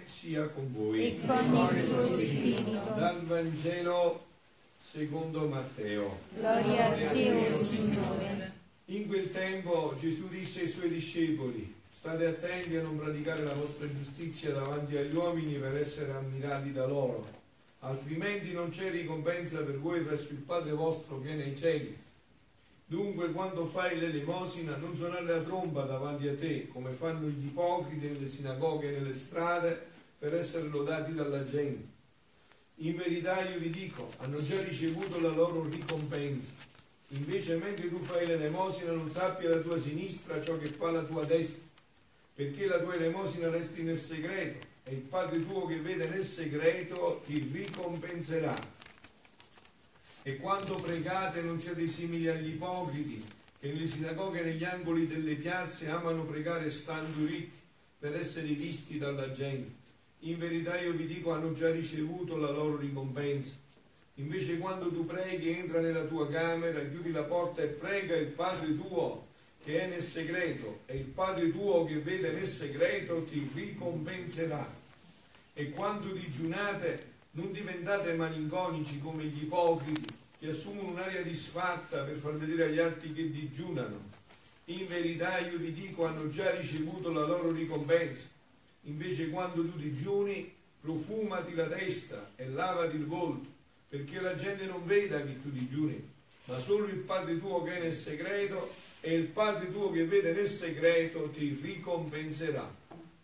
sia con voi. E con il tuo spirito. Dal Vangelo secondo Matteo. Gloria a te, o Signore. In quel tempo Gesù disse ai suoi discepoli: state attenti a non praticare la vostra giustizia davanti agli uomini per essere ammirati da loro, altrimenti non c'è ricompensa per voi presso il Padre vostro che è nei cieli. Dunque, quando fai l'elemosina, non suonare la tromba davanti a te, come fanno gli ipocriti nelle sinagoghe e nelle strade, per essere lodati dalla gente. In verità io vi dico, hanno già ricevuto la loro ricompensa. Invece, mentre tu fai l'elemosina, non sappi alla tua sinistra ciò che fa la tua destra, perché la tua elemosina resti nel segreto, e il Padre tuo che vede nel segreto ti ricompenserà. E quando pregate non siate simili agli ipocriti, che nelle sinagoghe e negli angoli delle piazze amano pregare stando ritti, per essere visti dalla gente. In verità io vi dico, hanno già ricevuto la loro ricompensa. Invece quando tu preghi, entra nella tua camera, chiudi la porta e prega il Padre tuo che è nel segreto, e il Padre tuo che vede nel segreto ti ricompenserà. E quando digiunate, non diventate malinconici come gli ipocriti, che assumono un'aria disfatta per far vedere agli altri che digiunano. In verità io vi dico, hanno già ricevuto la loro ricompensa. Invece quando tu digiuni, profumati la testa e lavati il volto, perché la gente non veda che tu digiuni, ma solo il Padre tuo che è nel segreto, e il Padre tuo che vede nel segreto ti ricompenserà.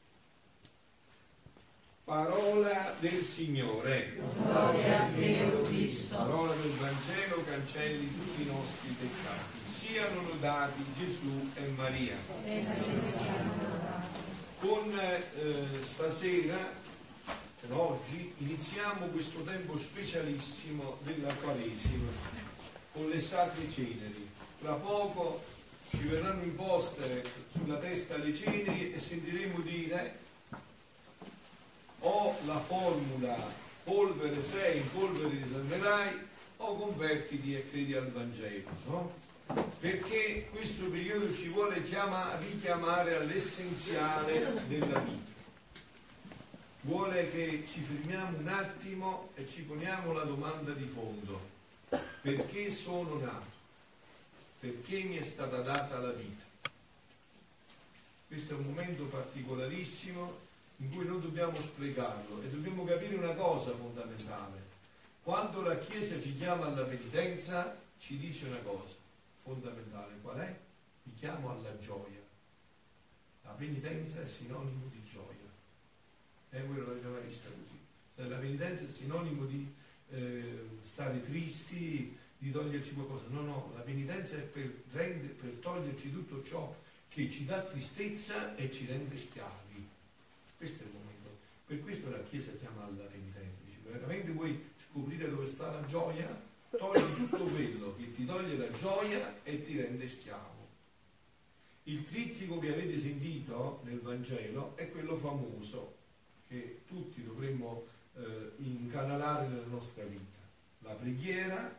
Parola del Signore. Gloria a te, o Cristo. Parola del Vangelo cancelli tutti i nostri peccati. Siano lodati Gesù e Maria. Con stasera, per oggi, iniziamo questo tempo specialissimo della Quaresima, con le Sacre Ceneri. Tra poco ci verranno imposte sulla testa le ceneri e sentiremo dire: o la formula polvere sei, in polvere risalverai, o convertiti e credi al Vangelo, no? Perché questo periodo ci vuole richiamare all'essenziale della vita. Vuole che ci fermiamo un attimo e ci poniamo la domanda di fondo: perché sono nato? Perché mi è stata data la vita? Questo è un momento particolarissimo in cui noi dobbiamo sprecarlo e dobbiamo capire una cosa fondamentale. Quando la Chiesa ci chiama alla penitenza, ci dice una cosa fondamentale. Qual è? Vi chiamo alla gioia. La penitenza è sinonimo di gioia. Voi lo avete mai vista così? La penitenza è sinonimo di stare tristi, di toglierci qualcosa. No, la penitenza è per toglierci tutto ciò che ci dà tristezza e ci rende schiavi. Questo è il momento. Per questo la Chiesa chiama alla penitenza. Dice: veramente vuoi scoprire dove sta la gioia? Togli tutto quello che ti toglie la gioia e ti rende schiavo. Il trittico che avete sentito nel Vangelo è quello famoso che tutti dovremmo incanalare nella nostra vita: la preghiera,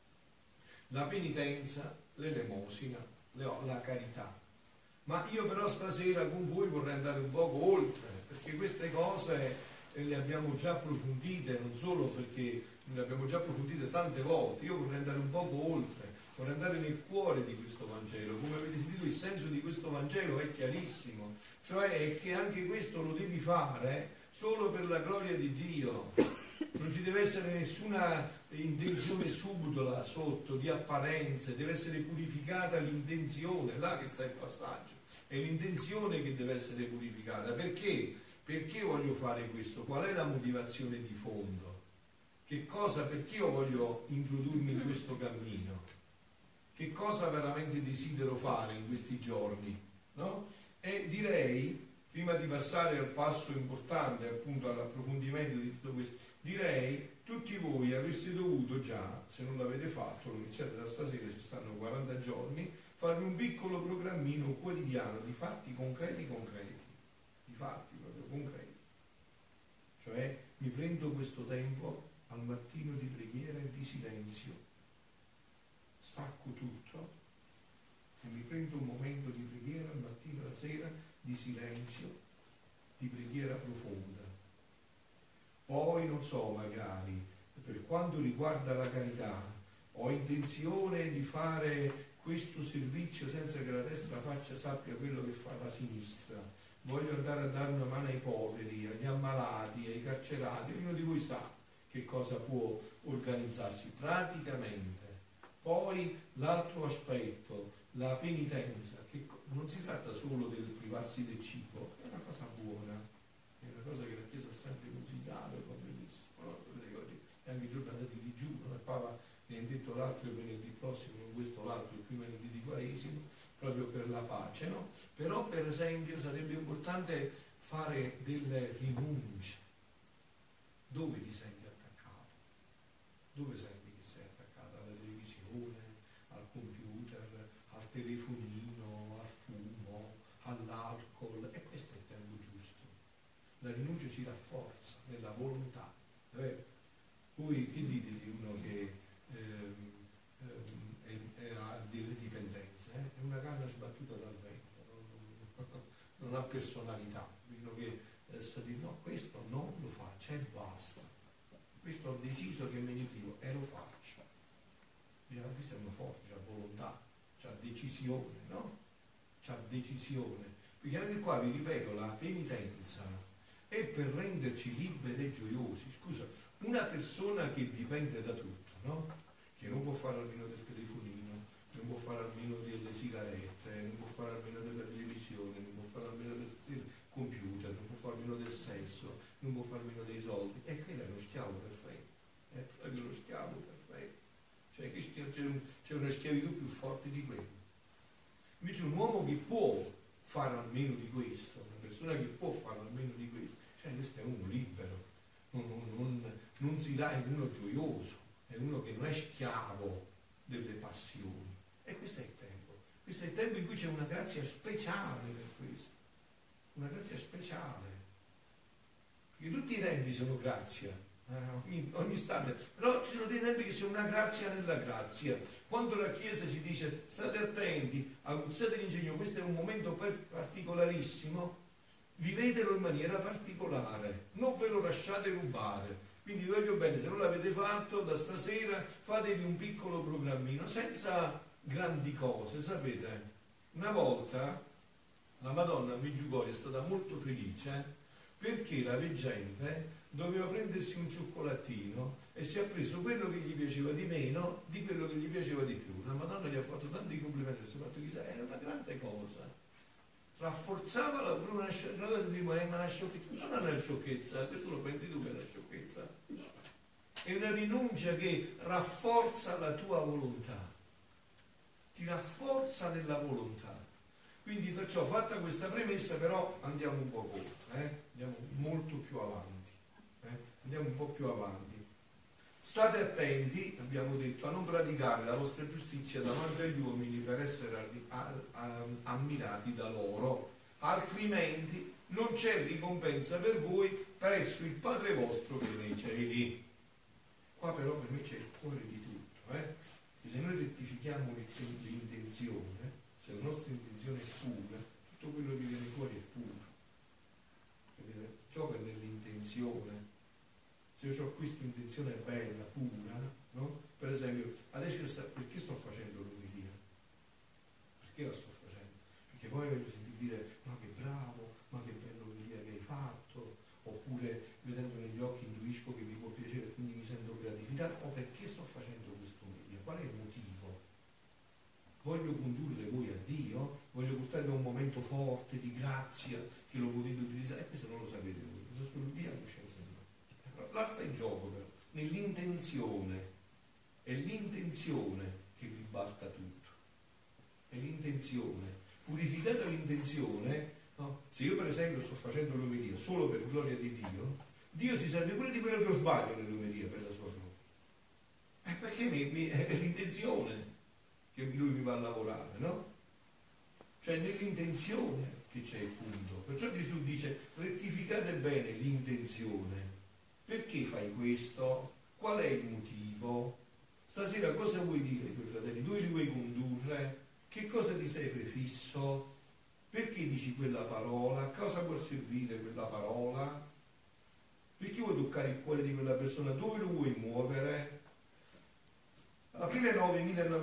la penitenza, l'elemosina, la carità. Ma io però stasera con voi vorrei andare un poco oltre, perché queste cose le abbiamo già approfondite, non solo perché le abbiamo già approfondite tante volte. Io vorrei andare un poco oltre, vorrei andare nel cuore di questo Vangelo. Come avete sentito, il senso di questo Vangelo è chiarissimo, cioè è che anche questo lo devi fare solo per la gloria di Dio. Non ci deve essere nessuna intenzione subdola sotto, di apparenze, deve essere purificata l'intenzione, là che sta il passaggio, è l'intenzione che deve essere purificata. Perché? Perché voglio fare questo? Qual è la motivazione di fondo? Perché io voglio introdurmi in questo cammino? Che cosa veramente desidero fare in questi giorni? No? E direi, prima di passare al passo importante, appunto all'approfondimento di tutto questo, direi: tutti voi avreste dovuto già, se non l'avete fatto, lo iniziate da stasera, ci stanno 40 giorni, farvi un piccolo programmino quotidiano di fatti concreti, di fatti proprio concreti. Cioè, mi prendo questo tempo al mattino di preghiera e di silenzio, stacco tutto e mi prendo un momento di preghiera al mattino e alla sera, di silenzio, di preghiera profonda. Poi, non so, magari, per quanto riguarda la carità, ho intenzione di fare questo servizio senza che la destra faccia sappia quello che fa la sinistra. Voglio andare a dare una mano ai poveri, agli ammalati, ai carcerati. Ognuno di voi sa che cosa può organizzarsi praticamente. Poi l'altro aspetto, la penitenza, che non si tratta solo del privarsi del cibo, è una cosa buona, è una cosa che la Chiesa ha sempre consigliato, va benissimo, no? È anche giornata di digiuno, il Papa ne ha detto l'altro venerdì prossimo, non questo l'altro, il primo venerdì di Quaresima, proprio per la pace, no? Però per esempio sarebbe importante fare delle rinunce. Dove ti senti attaccato? Dove senti che sei attaccato? Alla televisione, al computer, al telefonino, al fumo, all'alcol? E questo è il tempo giusto. La rinuncia ci rafforza nella volontà. Voi che dite di uno che ha delle dipendenze? È una canna sbattuta dal vento, non ha personalità. Dicono che sa dire no, questo non lo faccio e basta. Questo ho deciso che me ne privo e lo faccio. Questo è uno forte, c'ha volontà, c'ha decisione, no? C'ha decisione. Perché anche qua vi ripeto, la penitenza è per renderci liberi e gioiosi. Scusa, una persona che dipende da tutto, no? Che non può fare a meno del telefonino, non può fare a meno delle sigarette, non può fare a meno della televisione, non può fare a meno del computer, non può fare a meno del sesso, non può fare a meno dei soldi. E quello è uno schiavo perfetto. È proprio uno schiavo perfetto. Cioè c'è una schiavitù più forte di quello. Invece un uomo che può fare a meno di questo, una persona che può fare a meno di questo, cioè questo è uno libero, non si dà, è uno gioioso, è uno che non è schiavo delle passioni. E questo è il tempo. Questo è il tempo in cui c'è una grazia speciale per questo. Una grazia speciale. Perché tutti i tempi sono grazia. Ogni istante, però ci sono dei tempi che c'è una grazia nella grazia. Quando la Chiesa ci dice state attenti, aguzzate l'ingegno, questo è un momento particolarissimo, vivetelo in maniera particolare, non ve lo lasciate rubare. Quindi vi voglio bene, se non l'avete fatto da stasera fatevi un piccolo programmino senza grandi cose. Sapete, una volta la Madonna a Medjugorje è stata molto felice perché la reggente doveva prendersi un cioccolatino e si è preso quello che gli piaceva di meno di quello che gli piaceva di più. La Madonna gli ha fatto tanti complimenti, si è fatto chissà, era una grande cosa, rafforzava la una sciocchezza, non è una sciocchezza, questo lo pensi tu che è una sciocchezza, è una rinuncia che rafforza la tua volontà, ti rafforza nella volontà. Quindi perciò fatta questa premessa però andiamo un po' oltre, andiamo molto più avanti, andiamo un po' più avanti. State attenti, abbiamo detto, a non praticare la vostra giustizia davanti agli uomini per essere ammirati da loro, altrimenti non c'è ricompensa per voi presso il Padre vostro che è nei cieli. Qua però per me c'è il cuore di tutto, se noi rettifichiamo l'intenzione, se la nostra intenzione è pura, tutto quello che viene fuori è puro. Ciò che è nell'intenzione. Se io ho questa intenzione bella, pura, no? Per esempio, adesso perché sto facendo l'omelia? Perché la sto facendo? Perché poi voglio sentire dire, ma che bravo, ma che bella omelia che hai fatto, oppure vedendo negli occhi intuisco che vi può piacere e quindi mi sento gratificato, o perché sto facendo questa omelia? Qual è il motivo? Voglio condurre voi a Dio, voglio portarvi a un momento forte di grazia che lo potete utilizzare, e questo non lo sapete voi, questo solo Dio a coscienza di me. Là sta in gioco però, nell'intenzione, è l'intenzione che vi batta tutto, è l'intenzione. Purificata l'intenzione, no? Se io per esempio sto facendo l'omelia solo per gloria di Dio, Dio si serve pure di quello che io sbaglio nell'omelia per la sua gloria. Perché è l'intenzione che lui mi va a lavorare, no? Cioè nell'intenzione che c'è il punto. Perciò Gesù dice rettificate bene l'intenzione. Perché fai questo? Qual è il motivo? Stasera cosa vuoi dire ai tuoi fratelli? Dove li vuoi condurre? Che cosa ti sei prefisso? Perché dici quella parola? A cosa può servire quella parola? Perché vuoi toccare il cuore di quella persona? Dove lo vuoi muovere? Aprile 9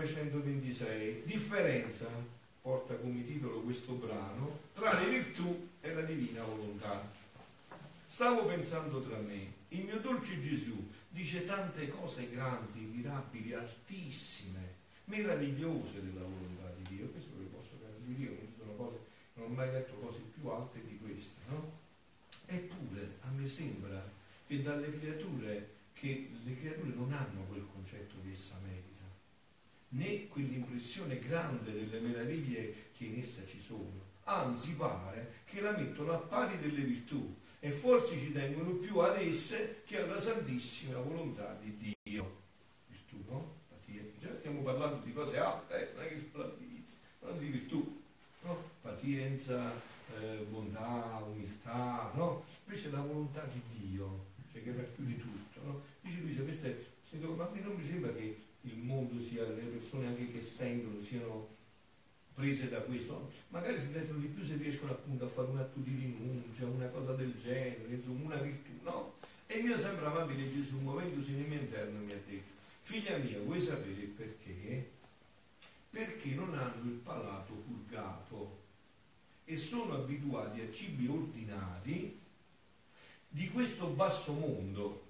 1926, differenza, porta come titolo questo brano, tra le virtù e la divina volontà. Stavo pensando tra me, il mio dolce Gesù dice tante cose grandi, mirabili, altissime, meravigliose della volontà di Dio. Questo ve lo posso garantire io, non ci sono cose, non ho mai letto cose più alte di queste, no? Eppure a me sembra che dalle creature, che le creature non hanno quel concetto che essa merita, né quell'impressione grande delle meraviglie che in essa ci sono. Anzi pare che la mettono a pari delle virtù e forse ci tengono più ad esse che alla santissima volontà di Dio. Virtù, no? Pazienza. Già stiamo parlando di cose alte, non è che si parla di vizi, parliamo di virtù, no? Pazienza, bontà, umiltà, no? Invece la volontà di Dio, cioè che racchiude tutto, no? Dice lui, ma a me non mi sembra che il mondo sia, le persone anche che sentono siano prese da questo, magari si mettono di più se riescono appunto a fare un atto di rinuncia, una cosa del genere, insomma una virtù, no? E il mio sempre amabile Gesù, muovendosi nel mio interno, mi ha detto: figlia mia, vuoi sapere il perché? Perché non hanno il palato purgato e sono abituati a cibi ordinari di questo basso mondo,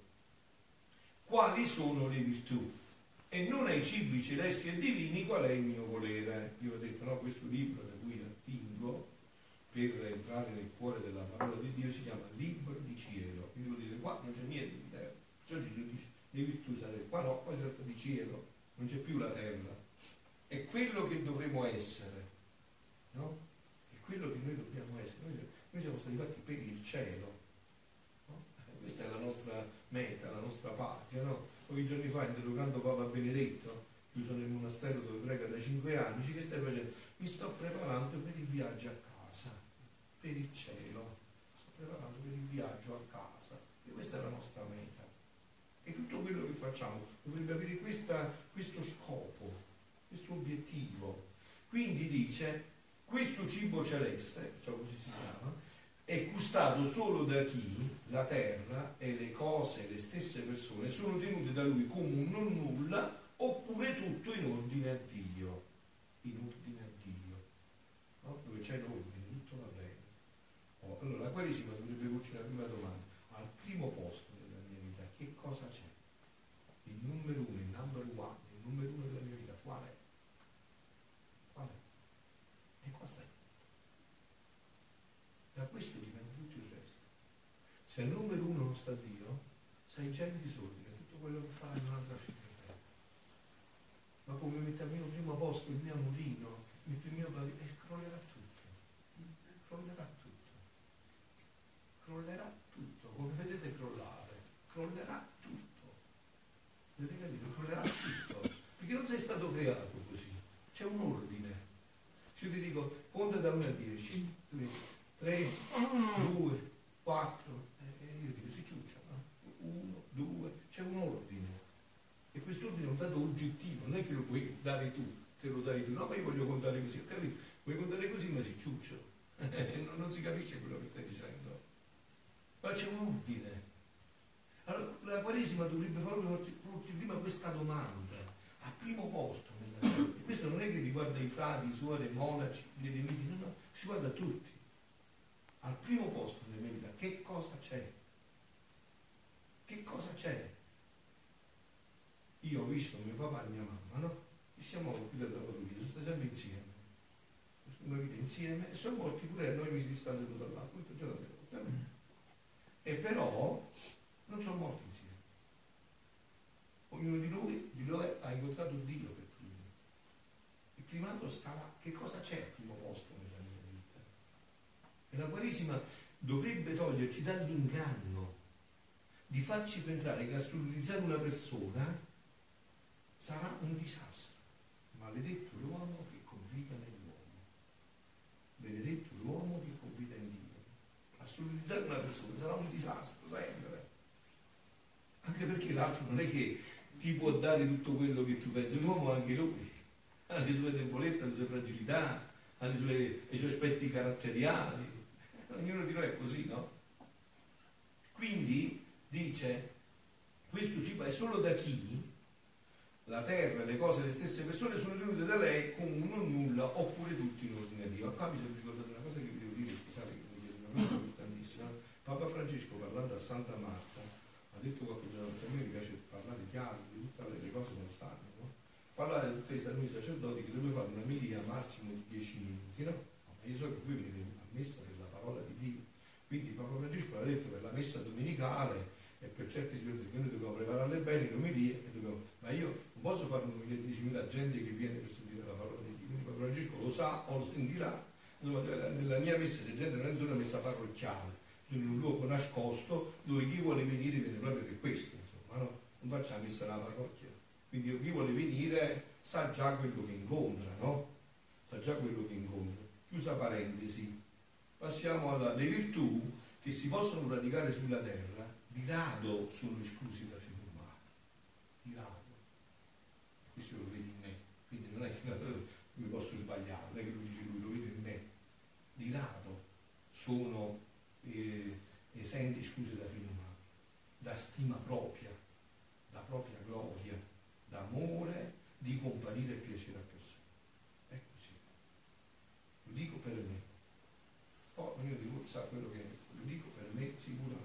quali sono le virtù, e non ai cibi celesti e divini qual è il mio volere. Io ho detto, no, questo libro da cui attingo per entrare nel cuore della parola di Dio si chiama Libro di Cielo. Quindi vuol dire, qua non c'è niente di terra. Perciò Gesù dice, le virtù sarebbero, qua no, qua si tratta di cielo, non c'è più la terra. È quello che dovremo essere, no? È quello che noi dobbiamo essere. Noi siamo stati fatti per il cielo, no? Questa è la nostra meta, la nostra patria, no? Pochi giorni fa, interrogando Papa Benedetto, chiuso nel monastero dove prega da 5 anni, dice: che stai facendo? Mi sto preparando per il viaggio a casa, per il cielo, sto preparando per il viaggio a casa, e questa è la nostra meta. E tutto quello che facciamo dovrebbe avere questo scopo, questo obiettivo. Quindi dice, questo cibo celeste, perciò così si chiama, è gustato solo da chi la terra e le cose, le stesse persone, sono tenute da lui come un non nulla, oppure tutto in ordine a Dio. In ordine a Dio, no? Dove c'è l'ordine, tutto va bene. Allora la Quaresima dovrebbe porci la prima domanda: al primo posto della mia vita che cosa c'è? Il numero uno, il number one, il numero uno della mia vita qual è? Qual è? E cosa è? Da questo dipende tutto il resto. Se al numero uno non sta Dio, sei già in disordine, tutto quello che fai non andrà fine. Ma come metto al mio primo posto il mio amorino, metto il mio padre, e crollerà tutto. Crollerà tutto. Crollerà tutto. Come vedete crollare, crollerà tutto. Vedete capito? Crollerà tutto. Perché non sei stato creato così. C'è un ordine. Se io ti dico, conta da 1 a 10, 3, 2, 4, e io dico si ciuccia, no? 1, 2, c'è un ordine, e quest'ordine è un dato oggettivo, non è che lo puoi dare tu, te lo dai tu, no, ma io voglio contare così, ho capito? Vuoi contare così, ma si ciuccia, non si capisce quello che stai dicendo, ma c'è un ordine. Allora la Quaresima dovrebbe farci prima questa domanda, al primo posto nella vita. E questo non è che riguarda i frati, suore, monaci, gli eremiti, no, si guarda a tutti. Al primo posto nella mia vita, che cosa c'è? Che cosa c'è? Io ho visto mio papà e mia mamma, no? Che siamo qui dalla loro vita, sono stati sempre insieme. Una vita insieme, e sono morti pure a 9 mesi di distanza l'uno dall'altro, tutto già davvero. E però non sono morti insieme. Ognuno di noi ha incontrato Dio per primo. Il primato sta là. Che cosa c'è al primo posto nella mia vita? E la Quaresima dovrebbe toglierci dall'inganno di farci pensare che assolulizzare una persona sarà un disastro. Maledetto l'uomo che confida nell'uomo. Benedetto l'uomo che confida in Dio. Assolulizzare una persona sarà un disastro, sempre. Anche perché l'altro non è che ti può dare tutto quello che tu pensi. L'uomo anche lui ha le sue debolezze, le sue fragilità, ha i suoi aspetti caratteriali. Ognuno di noi è così, no? Quindi dice questo cibo è solo da chi la terra, le cose, le stesse persone sono tenute da lei come un non nulla oppure tutti in ordine a Dio. Qua mi sono ricordato una cosa che vi devo dire, scusate che mi è una cosa importantissima. Papa Francesco, parlando a Santa Marta, ha detto qualche giorno fa, a me mi piace parlare chiaro di tutte le cose come stanno, no? Parlare di tutti noi sacerdoti che dovete fare una omelia massimo di 10 minuti, no? Ma io so che voi venite a messa per la parola di Dio, quindi Papa Francesco l'ha detto per la messa domenicale e per certi situazioni che noi dobbiamo prepararle bene le omelie e dobbiamo... ma io non posso fare un'omelia di 10 minuti a gente che viene per sentire la parola di Dio, quindi Papa Francesco lo sa o lo sentirà. Nella mia messa c'è gente, non è solo una messa parrocchiale, in un luogo nascosto dove chi vuole venire viene proprio per questo, insomma, no? Non facciamo messa alla parrocchia, quindi chi vuole venire sa già quello che incontra, no? Sa già quello che incontra. Chiusa parentesi, passiamo alle virtù che si possono praticare sulla terra, di rado sono esclusi da figli umani, di rado. Questo lo vedi in me, quindi non è che mi posso sbagliare, non è che lo dice lui, lo vedo in me. Di rado sono esenti, esclusi da figli umani, da stima propria, da propria gloria, d'amore, di comparire e piacere a persone. È così. Lo dico per me. Poi ognuno di voi sa quello che è, lo dico per me sicuramente.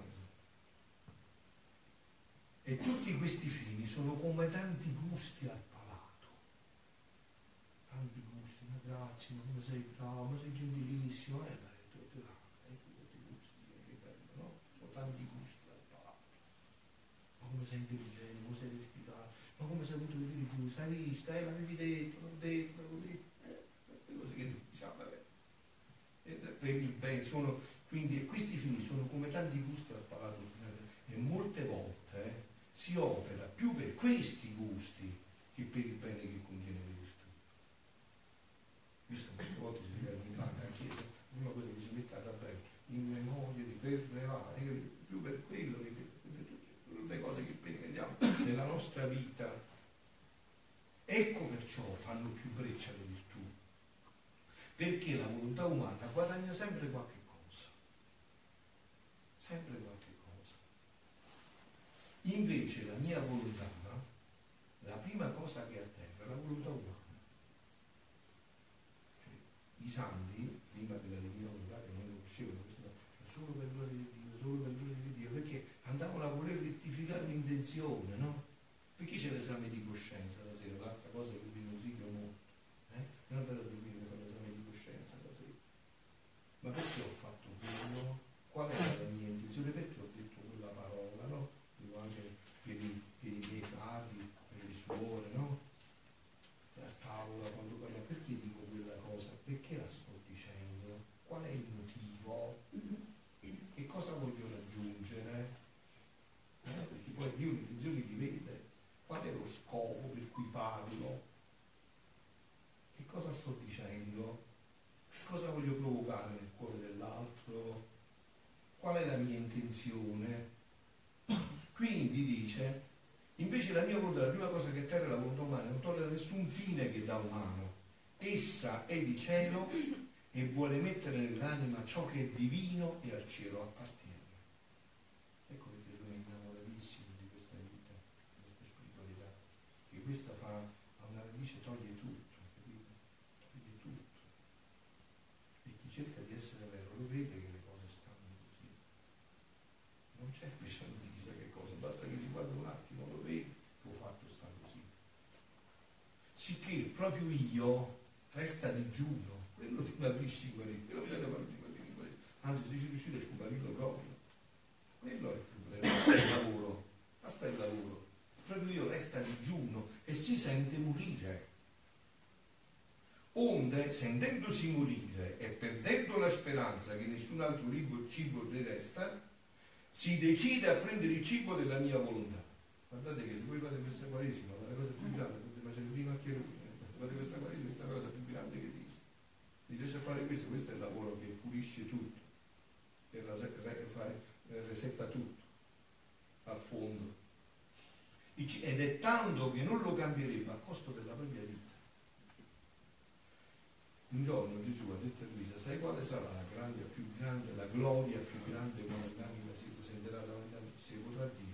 E tutti questi fini sono come tanti gusti al palato. Tanti gusti, ma grazie, ma come sei bravo, ma sei gentilissimo, tutti gusti, che bello, no? Sono tanti gusti al palato. Ma come sei intelligente, come sei respirato, ma come sei avuto vedere giù, sai visto, l'avevi detto, l'avevo detto, le cose che diciamo, vabbè. Per il bene sono, quindi questi fini sono come tanti gusti al palato e molte volte si opera più per questi gusti che per il bene che contiene le virtù. Visto molte volte si dice in Italia, la Chiesa, una cosa che si mette a tabella in memoria di perreare, più per quello che per tutte le cose che sperimentiamo nella nostra vita. Ecco perciò fanno più breccia le virtù, perché la volontà umana guadagna sempre qualche cosa, sempre qualche cosa. Invece la mia volontà, la prima cosa che atterra è la volontà umana. Cioè, i santi, prima della divina volontà, che non conoscevano questo, cioè solo per gloria di Dio, solo per gloria di Dio, perché andavano a voler rettificare l'intenzione, no? Perché c'è l'esame di coscienza la sera, l'altra cosa che vi consiglio molto, non andate a dormire con l'esame di coscienza la sera. Ma perché ho fatto quello? Qual era la mia intenzione? Perché ho detto quella parola, no? Dico anche per i miei cari, per le suore, no? A tavola quando parlo, perché dico quella cosa? Perché la sto dicendo? Qual è il motivo? Che cosa voglio raggiungere? Perché poi Dio le intenzioni li vede. Qual è lo scopo per cui parlo? Che cosa sto dicendo? Che cosa voglio provocare nel cuore dell'altro? Qual è la mia intenzione? Quindi dice, invece la mia volontà, la prima cosa che atterra la volontà umana, non tollera nessun fine che dà umano. Essa è di cielo e vuole mettere nell'anima ciò che è divino e al cielo appartiene. Ecco perché sono innamoratissimo di questa vita, di questa spiritualità, che questa fa a una radice, toglie tutto, capito? Toglie tutto. E chi cerca di essere vero lo vede che le cose stanno così. Non c'è bisogno di chissà che cosa, basta che si guarda un attimo, lo vede che ho fatto sta così. Sicché proprio io resta digiuno, quello ti aprisci guarire, quello bisogna fare di guarire, anzi se ci riuscite a scomparirlo proprio. Quello è il problema, basta il lavoro, basta il lavoro. Proprio io resta digiuno e si sente morire. Onde, sentendosi morire e perdendo la speranza che nessun altro cibo le resta, si decide a prendere il cibo della mia volontà. Guardate che se voi fate questa quaresima, la cosa più grande, potete fare prima a Chiarone, fate questa quaresima, questa è la cosa più grande che esiste. Se riesce a fare questo è il lavoro che pulisce tutto, che resetta tutto al fondo. Ed è tanto che non lo cambierebbe a costo della propria vita. Un giorno Gesù ha detto a Luisa, sai quale sarà la gloria più grande quando l'anima si presenterà davanti a me? Si potrà dire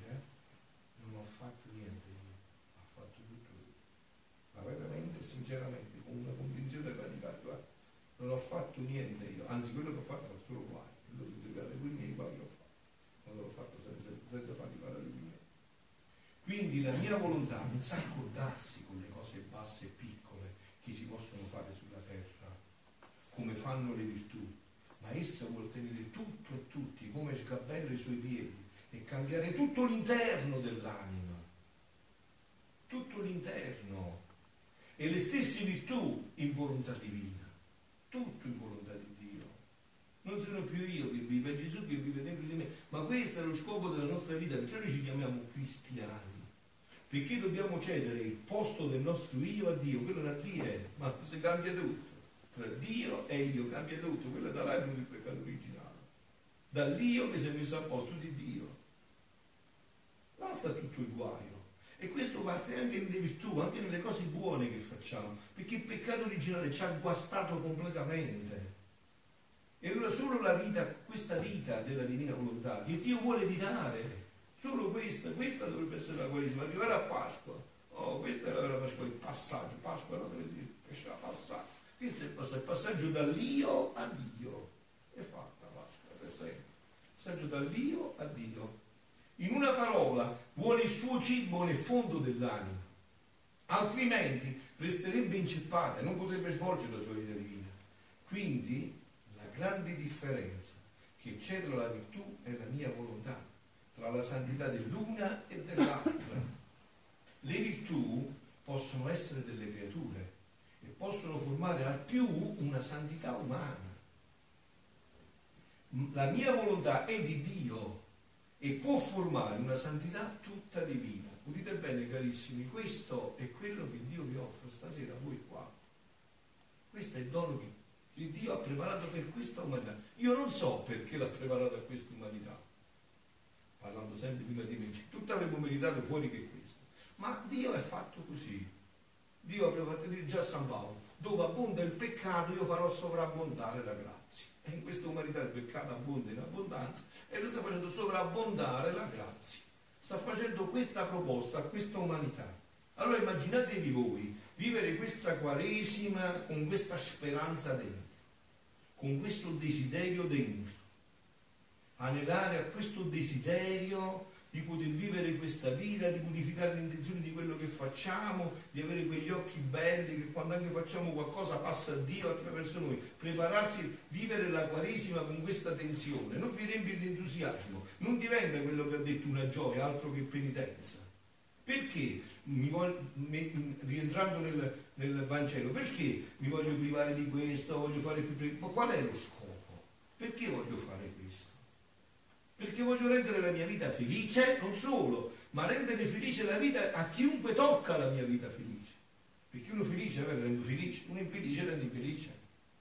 sinceramente, con una convinzione radicale, guarda, non ho fatto niente io, anzi quello che ho fatto è solo guai, e lo trovate quei miei guai che ho fatto, non l'ho fatto senza farli fare ai miei. Quindi la mia volontà non sa accordarsi con le cose basse e piccole che si possono fare sulla terra, come fanno le virtù, ma essa vuol tenere tutto e tutti come sgabello ai suoi piedi e cambiare tutto l'interno dell'anima, tutto l'interno, e le stesse virtù in volontà divina, tutto in volontà di Dio. Non sono più io che vivo, è Gesù che vive dentro di me, ma questo è lo scopo della nostra vita, perciò noi ci chiamiamo cristiani, perché dobbiamo cedere il posto del nostro io a Dio. Quello da Dio è, ma si cambia tutto, tra Dio e io cambia tutto, quello è dall'anima del peccato originale, dall'io che si è messo a posto di Dio. Là sta tutto il guaio. E questo parte anche nelle virtù, anche nelle cose buone che facciamo, perché il peccato originale ci ha guastato completamente. E allora solo la vita, questa vita della divina volontà, che Dio vuole evitare, solo questa dovrebbe essere la Quaresima, arrivare a Pasqua. Oh, questa è la vera Pasqua, il passaggio, Pasqua, no? Riesce a passare. Questo è il passaggio dall'io a Dio. È fatta Pasqua, per sempre. Passaggio dall'io a Dio. In una parola, vuole il suo cibo nel fondo dell'anima, altrimenti resterebbe inceppata e non potrebbe svolgere la sua vita divina. Quindi la grande differenza che c'è tra la virtù e la mia volontà, tra la santità dell'una e dell'altra. Le virtù possono essere delle creature e possono formare al più una santità umana. La mia volontà è di Dio e può formare una santità tutta divina. Udite bene, carissimi, questo è quello che Dio vi offre stasera a voi qua. Questo è il dono che Dio ha preparato per questa umanità. Io non so perché l'ha preparato a questa umanità, parlando sempre prima di me, che tutto avremmo meritato fuori che questo. Ma Dio è fatto così. Dio aveva fatto dire già a San Paolo: dove abbonda il peccato io farò sovrabbondare la grazia. E in questa umanità il peccato abbonda in abbondanza e lui sta facendo sovrabbondare la grazia. Sta facendo questa proposta a questa umanità. Allora immaginatevi voi vivere questa Quaresima con questa speranza dentro, con questo desiderio dentro, anelare a questo desiderio di poter vivere questa vita, di purificare l'intenzione di quello che facciamo, di avere quegli occhi belli che quando anche facciamo qualcosa passa a Dio attraverso noi, prepararsi, vivere la Quaresima con questa tensione, non vi riempie di entusiasmo, non diventa quello che ha detto una gioia, altro che penitenza. Perché rientrando nel Vangelo, perché mi voglio privare di questo, voglio fare più, ma qual è lo scopo? Perché voglio fare questo? Perché voglio rendere la mia vita felice, non solo, ma rendere felice la vita a chiunque tocca la mia vita felice. Perché uno felice rende felice, uno infelice rende infelice.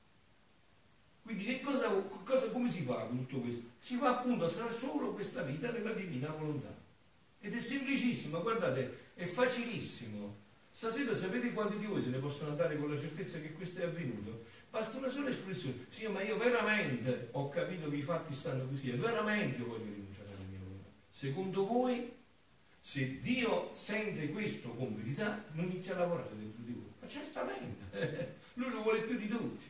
Quindi come si fa con tutto questo? Si fa appunto attraverso solo questa vita nella divina volontà. Ed è semplicissimo, guardate, è facilissimo. Stasera sapete quanti di voi se ne possono andare con la certezza che questo è avvenuto? Basta una sola espressione: sì, ma io veramente ho capito che i fatti stanno così e veramente io voglio rinunciare alla mia volontà. Secondo voi, se Dio sente questo con verità, non inizia a lavorare dentro di voi? Ma certamente, Lui lo vuole più di tutti.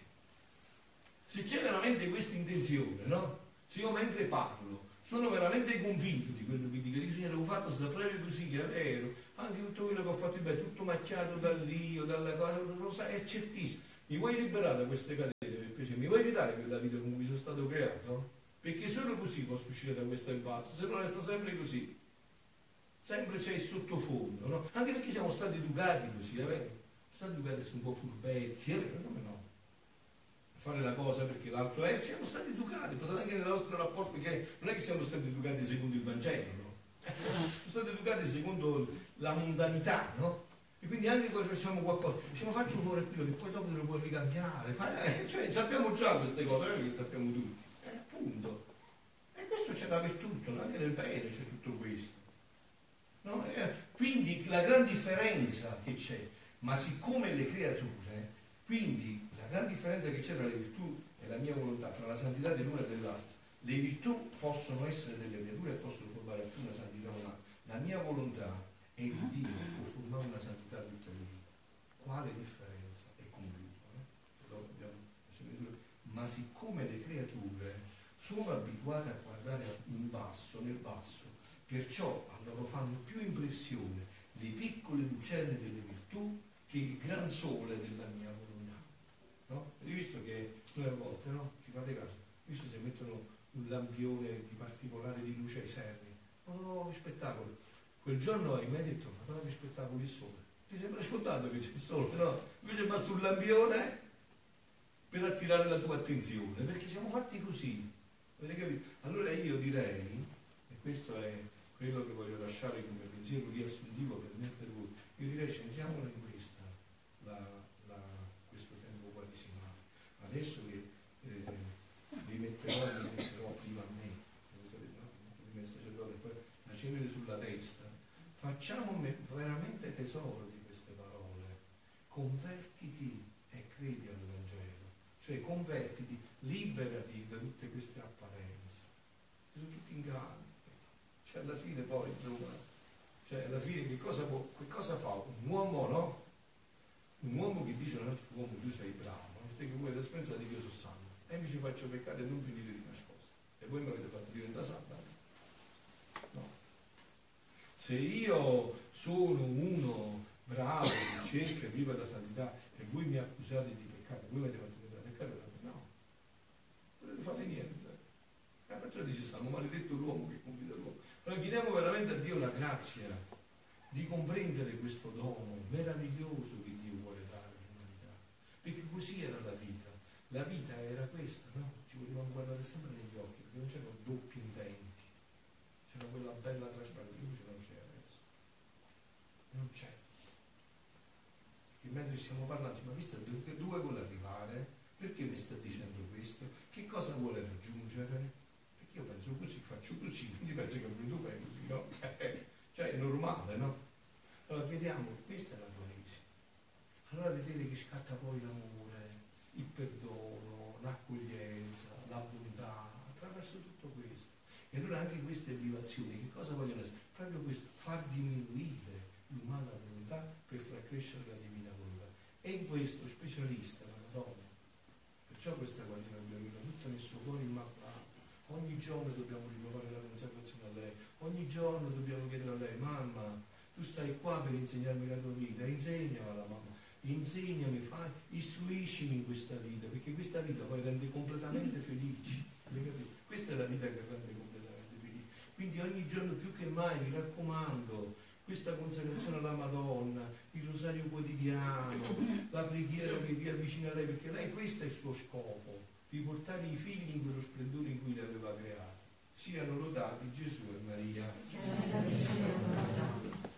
Se c'è veramente questa intenzione, no? Se io mentre parlo sono veramente convinto di quello che dico, dico: Signore, ho fatto sta proprio così, è vero, anche tutto quello che ho fatto bene, tutto macchiato dall'io, dalla cosa, lo sai, è certissimo. Mi vuoi liberare da queste catene, per piacere? Mi vuoi evitare quella vita con cui sono stato creato? Perché solo così posso uscire da questa impasse, se non resto sempre così. Sempre c'è il sottofondo, no? Anche perché siamo stati educati così, è vero? Siamo stati educati a essere un po' furbetti, è vero? Come no? Fare la cosa perché l'altro è, siamo stati educati, passate anche nel nostro rapporto, perché non è che siamo stati educati secondo il Vangelo, no? Siamo stati educati secondo la mondanità, no? E quindi anche quando facciamo qualcosa, diciamo: faccio fuori quello che poi dopo te lo puoi ricambiare, cioè sappiamo già queste cose, non è che sappiamo tutti, appunto. E questo c'è dappertutto, no? Anche nel bene c'è tutto questo, no? Quindi la gran differenza che c'è, ma siccome le creature, quindi la gran differenza che c'è tra le virtù e la mia volontà, tra la santità dell'una e dell'altra, le virtù possono essere delle creature e possono formare più una santità umana. La mia volontà è di Dio, può formare una santità tutta divina. quale differenza? E concludo, ma siccome le creature sono abituate a guardare in basso, nel basso, perciò a loro fanno più impressione le piccole lucerne delle virtù che il gran sole della mia volontà. No? Avete visto che noi a volte, no? Ci fate caso, visto se mettono un lampione di particolare di luce ai serri, oh, che spettacolo! Quel giorno mi hai detto, ma che spettacolo il sole! Ti sembra scontato che c'è il sole, no? Invece basta un lampione per attirare la tua attenzione, perché siamo fatti così. Avete capito? Allora io direi, e questo è quello che voglio lasciare come pensiero riassuntivo per me e per voi, io direi centriamola in questa, questo tempo quaresimale. Adesso che vi metterò prima a me, il sacerdote, poi la cenere sulla testa, facciamo veramente tesoro di queste parole. Convertiti e credi al Vangelo, cioè convertiti, liberati da tutte queste apparenze, che sono tutti inganni. Cioè alla fine poi, insomma, cioè alla fine che cosa fa un uomo, no? Un uomo che dice a un altro uomo tu sei bravo, no? Stai che vuoi l'esperienza di Dio sono santo, e invece faccio peccare e non finire di nascosto. E voi mi avete fatto diventare santo? No. Se io sono uno bravo che cerca e vive la santità e voi mi accusate di peccato, voi mi avete fatto diventare peccato? No, non dovete fare niente. Perciò dice stiamo maledetto l'uomo che compita l'uomo. Allora chiediamo veramente a Dio la grazia di comprendere questo dono meraviglioso che Dio vuole dare all'umanità, perché così era la vita. La vita era questa, no? Ci volevamo guardare sempre negli occhi, perché non c'erano doppi intenti, c'era quella bella trasparenza, invece non c'è adesso, non c'è. Perché mentre stiamo parlando, ma visto dove vuole arrivare? Perché mi sta dicendo questo? Che cosa vuole raggiungere? Perché io penso così, faccio così, quindi penso che tu fai così, no? Cioè è normale, no? Allora chiediamo, questa è la Quaresima. Allora vedete che scatta poi l'amore, il perdono, l'accoglienza, la bontà, attraverso tutto questo. E allora anche queste libazioni, che cosa vogliono essere? Proprio questo, far diminuire l'umana volontà per far crescere la divina volontà. E in questo specialista la Madonna. Perciò questa Quaresima dobbiamo vivere tutto nel suo cuore immacolato. Ogni giorno dobbiamo rinnovare la consacrazione a lei, ogni giorno dobbiamo chiedere a lei, mamma, tu stai qua per insegnarmi la tua vita, insegnamela mamma, insegnami, istruiscimi in questa vita, perché questa vita poi rende completamente felici, questa è la vita che rende completamente felici. Quindi ogni giorno più che mai mi raccomando, questa consacrazione alla Madonna, il rosario quotidiano, la preghiera che vi avvicina a lei, perché lei questo è il suo scopo, di portare i figli in quello splendore in cui li aveva creati. Siano lodati Gesù e Maria.